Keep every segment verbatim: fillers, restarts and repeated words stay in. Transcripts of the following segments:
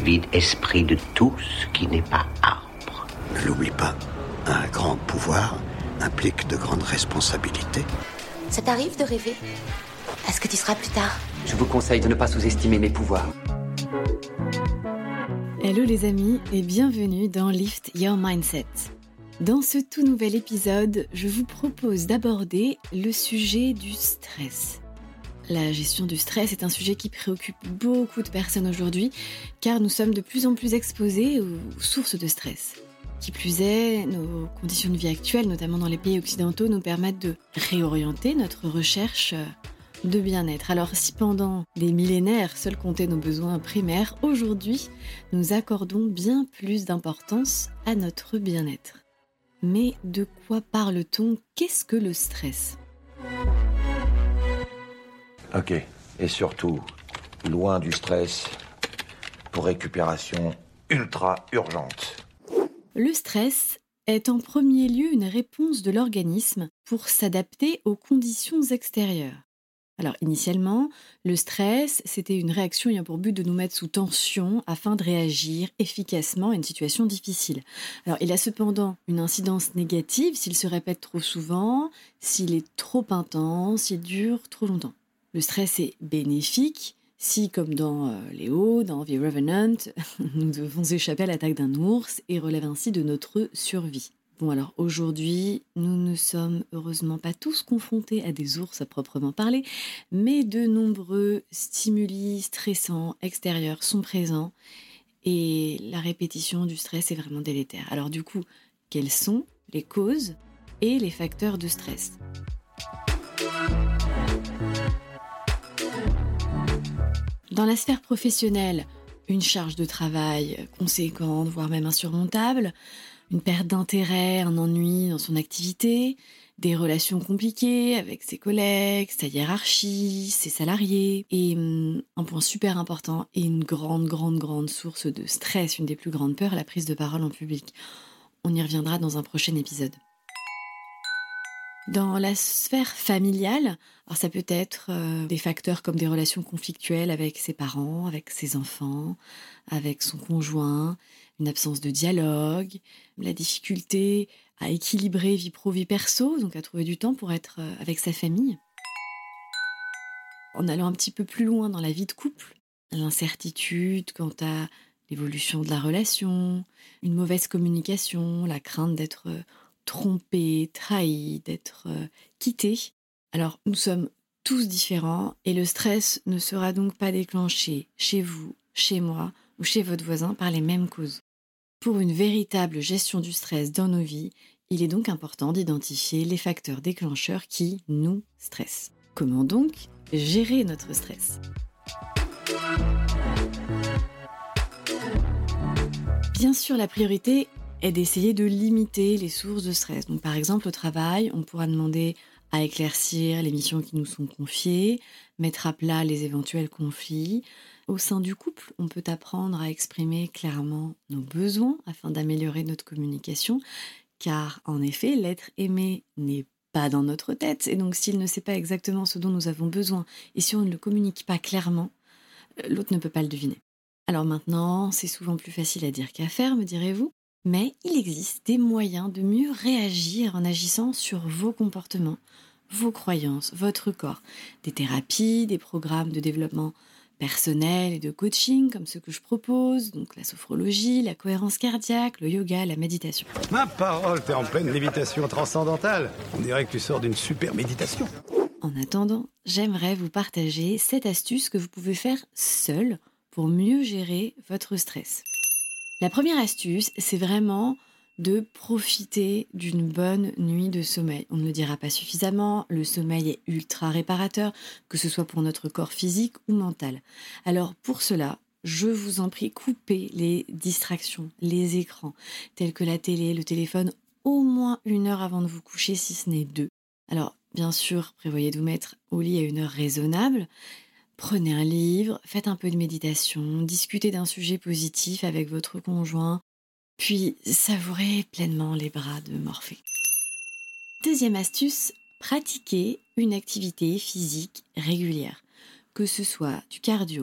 vide esprit de tout ce qui n'est pas arbre. Ne l'oublie pas, un grand pouvoir implique de grandes responsabilités. Ça t'arrive de rêver? Est-ce que tu seras plus tard? Je vous conseille de ne pas sous-estimer mes pouvoirs. Hello les amis et bienvenue dans Lift Your Mindset. Dans ce tout nouvel épisode, je vous propose d'aborder le sujet du stress. La gestion du stress est un sujet qui préoccupe beaucoup de personnes aujourd'hui car nous sommes de plus en plus exposés aux sources de stress. Qui plus est, nos conditions de vie actuelles, notamment dans les pays occidentaux, nous permettent de réorienter notre recherche de bien-être. Alors si pendant des millénaires seuls comptaient nos besoins primaires, aujourd'hui, nous accordons bien plus d'importance à notre bien-être. Mais de quoi parle-t-on? Qu'est-ce que le stress? Ok, et surtout, loin du stress, pour récupération ultra urgente. Le stress est en premier lieu une réponse de l'organisme pour s'adapter aux conditions extérieures. Alors initialement, le stress, c'était une réaction ayant pour but de nous mettre sous tension afin de réagir efficacement à une situation difficile. Alors il a cependant une incidence négative s'il se répète trop souvent, s'il est trop intense, s'il dure trop longtemps. Le stress est bénéfique si, comme dans euh, Léo, dans The Revenant, nous devons échapper à l'attaque d'un ours et relève ainsi de notre survie. Bon alors aujourd'hui, nous ne sommes heureusement pas tous confrontés à des ours à proprement parler, mais de nombreux stimuli stressants extérieurs sont présents et la répétition du stress est vraiment délétère. Alors du coup, quelles sont les causes et les facteurs de stress ? Dans la sphère professionnelle, une charge de travail conséquente, voire même insurmontable, une perte d'intérêt, un ennui dans son activité, des relations compliquées avec ses collègues, sa hiérarchie, ses salariés, et hum, un point super important et une grande, grande, grande source de stress, une des plus grandes peurs, la prise de parole en public. On y reviendra dans un prochain épisode. Dans la sphère familiale, alors ça peut être euh, des facteurs comme des relations conflictuelles avec ses parents, avec ses enfants, avec son conjoint, une absence de dialogue, la difficulté à équilibrer vie pro, vie perso, donc à trouver du temps pour être euh, avec sa famille. En allant un petit peu plus loin dans la vie de couple, l'incertitude quant à l'évolution de la relation, une mauvaise communication, la crainte d'être euh, trompé, trahi, d'être euh, quitté. Alors, nous sommes tous différents et le stress ne sera donc pas déclenché chez vous, chez moi ou chez votre voisin par les mêmes causes. Pour une véritable gestion du stress dans nos vies, il est donc important d'identifier les facteurs déclencheurs qui nous stressent. Comment donc gérer notre stress ? Bien sûr, la priorité est d'essayer de limiter les sources de stress. Donc, par exemple, au travail, on pourra demander à éclaircir les missions qui nous sont confiées, mettre à plat les éventuels conflits. Au sein du couple, on peut apprendre à exprimer clairement nos besoins afin d'améliorer notre communication, car en effet, l'être aimé n'est pas dans notre tête, et donc s'il ne sait pas exactement ce dont nous avons besoin, et si on ne le communique pas clairement, l'autre ne peut pas le deviner. Alors maintenant, c'est souvent plus facile à dire qu'à faire, me direz-vous ? Mais il existe des moyens de mieux réagir en agissant sur vos comportements, vos croyances, votre corps. Des thérapies, des programmes de développement personnel et de coaching comme ceux que je propose, donc la sophrologie, la cohérence cardiaque, le yoga, la méditation. Ma parole, t'es en pleine lévitation transcendantale. On dirait que tu sors d'une super méditation. En attendant, j'aimerais vous partager cette astuce que vous pouvez faire seul pour mieux gérer votre stress. La première astuce, c'est vraiment de profiter d'une bonne nuit de sommeil. On ne le dira pas suffisamment, le sommeil est ultra réparateur, que ce soit pour notre corps physique ou mental. Alors pour cela, je vous en prie, coupez les distractions, les écrans, tels que la télé, le téléphone, au moins une heure avant de vous coucher, si ce n'est deux. Alors bien sûr, prévoyez de vous mettre au lit à une heure raisonnable. Prenez un livre, faites un peu de méditation, discutez d'un sujet positif avec votre conjoint, puis savourez pleinement les bras de Morphée. Deuxième astuce, pratiquez une activité physique régulière, que ce soit du cardio,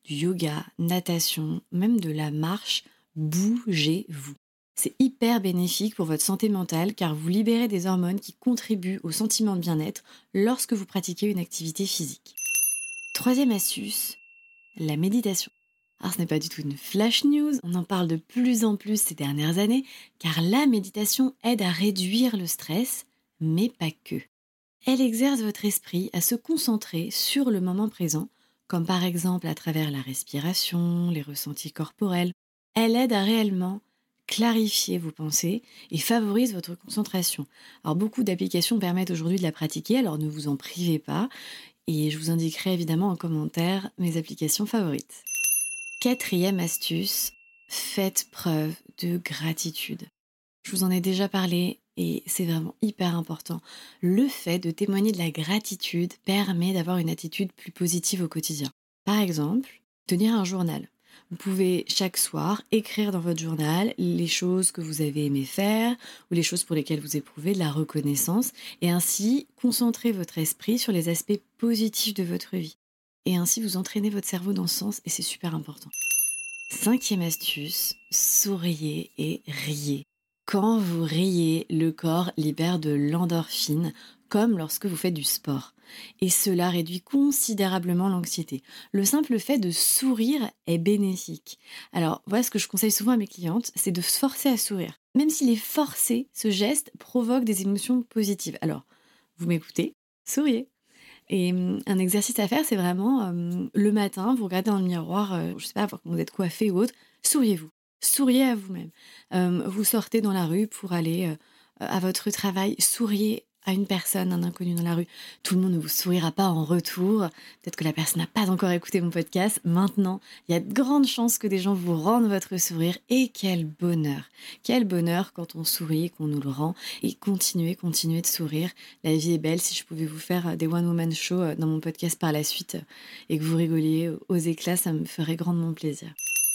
du yoga, natation, même de la marche, bougez-vous. C'est hyper bénéfique pour votre santé mentale car vous libérez des hormones qui contribuent au sentiment de bien-être lorsque vous pratiquez une activité physique. Troisième astuce, la méditation. Alors ce n'est pas du tout une flash news, on en parle de plus en plus ces dernières années car la méditation aide à réduire le stress, mais pas que. Elle exerce votre esprit à se concentrer sur le moment présent, comme par exemple à travers la respiration, les ressentis corporels. Elle aide à réellement clarifier vos pensées et favorise votre concentration. Alors beaucoup d'applications permettent aujourd'hui de la pratiquer, alors ne vous en privez pas et je vous indiquerai évidemment en commentaire mes applications favorites. Quatrième astuce, faites preuve de gratitude. Je vous en ai déjà parlé et c'est vraiment hyper important. Le fait de témoigner de la gratitude permet d'avoir une attitude plus positive au quotidien. Par exemple, tenir un journal. Vous pouvez chaque soir écrire dans votre journal les choses que vous avez aimé faire ou les choses pour lesquelles vous éprouvez de la reconnaissance et ainsi concentrer votre esprit sur les aspects positifs de votre vie. Et ainsi vous entraînez votre cerveau dans ce sens et c'est super important. Cinquième astuce, souriez et riez. Quand vous riez, le corps libère de l'endorphine, comme lorsque vous faites du sport. Et cela réduit considérablement l'anxiété. Le simple fait de sourire est bénéfique. Alors, voilà ce que je conseille souvent à mes clientes, c'est de se forcer à sourire. Même s'il est forcé, ce geste provoque des émotions positives. Alors, vous m'écoutez, souriez. Et un exercice à faire, c'est vraiment euh, le matin, vous regardez dans le miroir, euh, je sais pas, quand vous êtes coiffé ou autre, souriez-vous. Souriez à vous-même. Euh, vous sortez dans la rue pour aller euh, à votre travail, souriez à une personne, un inconnu dans la rue. Tout le monde ne vous sourira pas en retour. Peut-être que la personne n'a pas encore écouté mon podcast. Maintenant, il y a de grandes chances que des gens vous rendent votre sourire. Et quel bonheur. Quel bonheur quand on sourit, qu'on nous le rend. Et continuez, continuez de sourire. La vie est belle. Si je pouvais vous faire des one-woman shows dans mon podcast par la suite et que vous rigoliez aux éclats, ça me ferait grandement plaisir.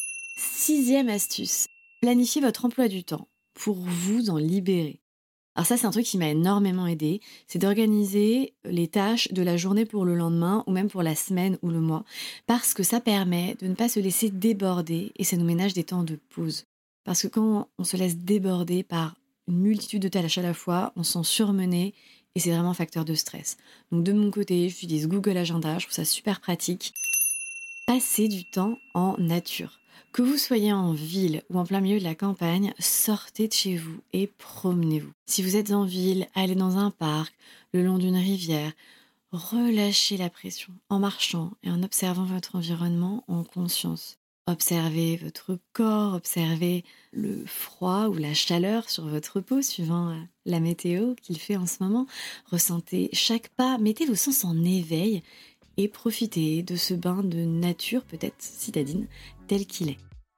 Sixième astuce. Planifiez votre emploi du temps pour vous en libérer. Alors ça, c'est un truc qui m'a énormément aidé, c'est d'organiser les tâches de la journée pour le lendemain ou même pour la semaine ou le mois, parce que ça permet de ne pas se laisser déborder et ça nous ménage des temps de pause. Parce que quand on se laisse déborder par une multitude de tâches à la fois, on se sent surmené et c'est vraiment un facteur de stress. Donc de mon côté, j'utilise Google Agenda, je trouve ça super pratique. Passez du temps en nature. Que vous soyez en ville ou en plein milieu de la campagne, sortez de chez vous et promenez-vous. Si vous êtes en ville, allez dans un parc, le long d'une rivière, relâchez la pression en marchant et en observant votre environnement en conscience. Observez votre corps, observez le froid ou la chaleur sur votre peau suivant la météo qu'il fait en ce moment. Ressentez chaque pas, mettez vos sens en éveil et profitez de ce bain de nature, peut-être citadine, tel qu'il est.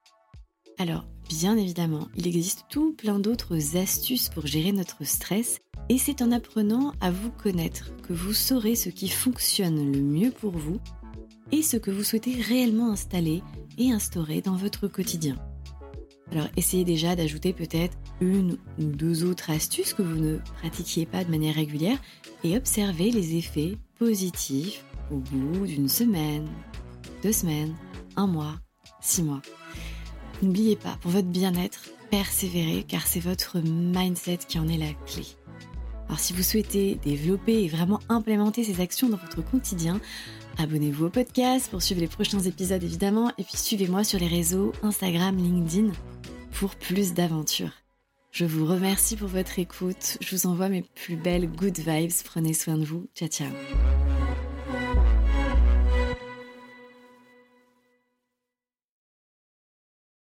Alors, bien évidemment, il existe tout plein d'autres astuces pour gérer notre stress et c'est en apprenant à vous connaître que vous saurez ce qui fonctionne le mieux pour vous et ce que vous souhaitez réellement installer et instaurer dans votre quotidien. Alors, essayez déjà d'ajouter peut-être une ou deux autres astuces que vous ne pratiquiez pas de manière régulière et observez les effets positifs au bout d'une semaine, deux semaines, un mois, six mois. N'oubliez pas, pour votre bien-être, persévérez car c'est votre mindset qui en est la clé. Alors si vous souhaitez développer et vraiment implémenter ces actions dans votre quotidien, abonnez-vous au podcast pour suivre les prochains épisodes évidemment et puis suivez-moi sur les réseaux Instagram, LinkedIn pour plus d'aventures. Je vous remercie pour votre écoute, je vous envoie mes plus belles good vibes, prenez soin de vous, ciao ciao.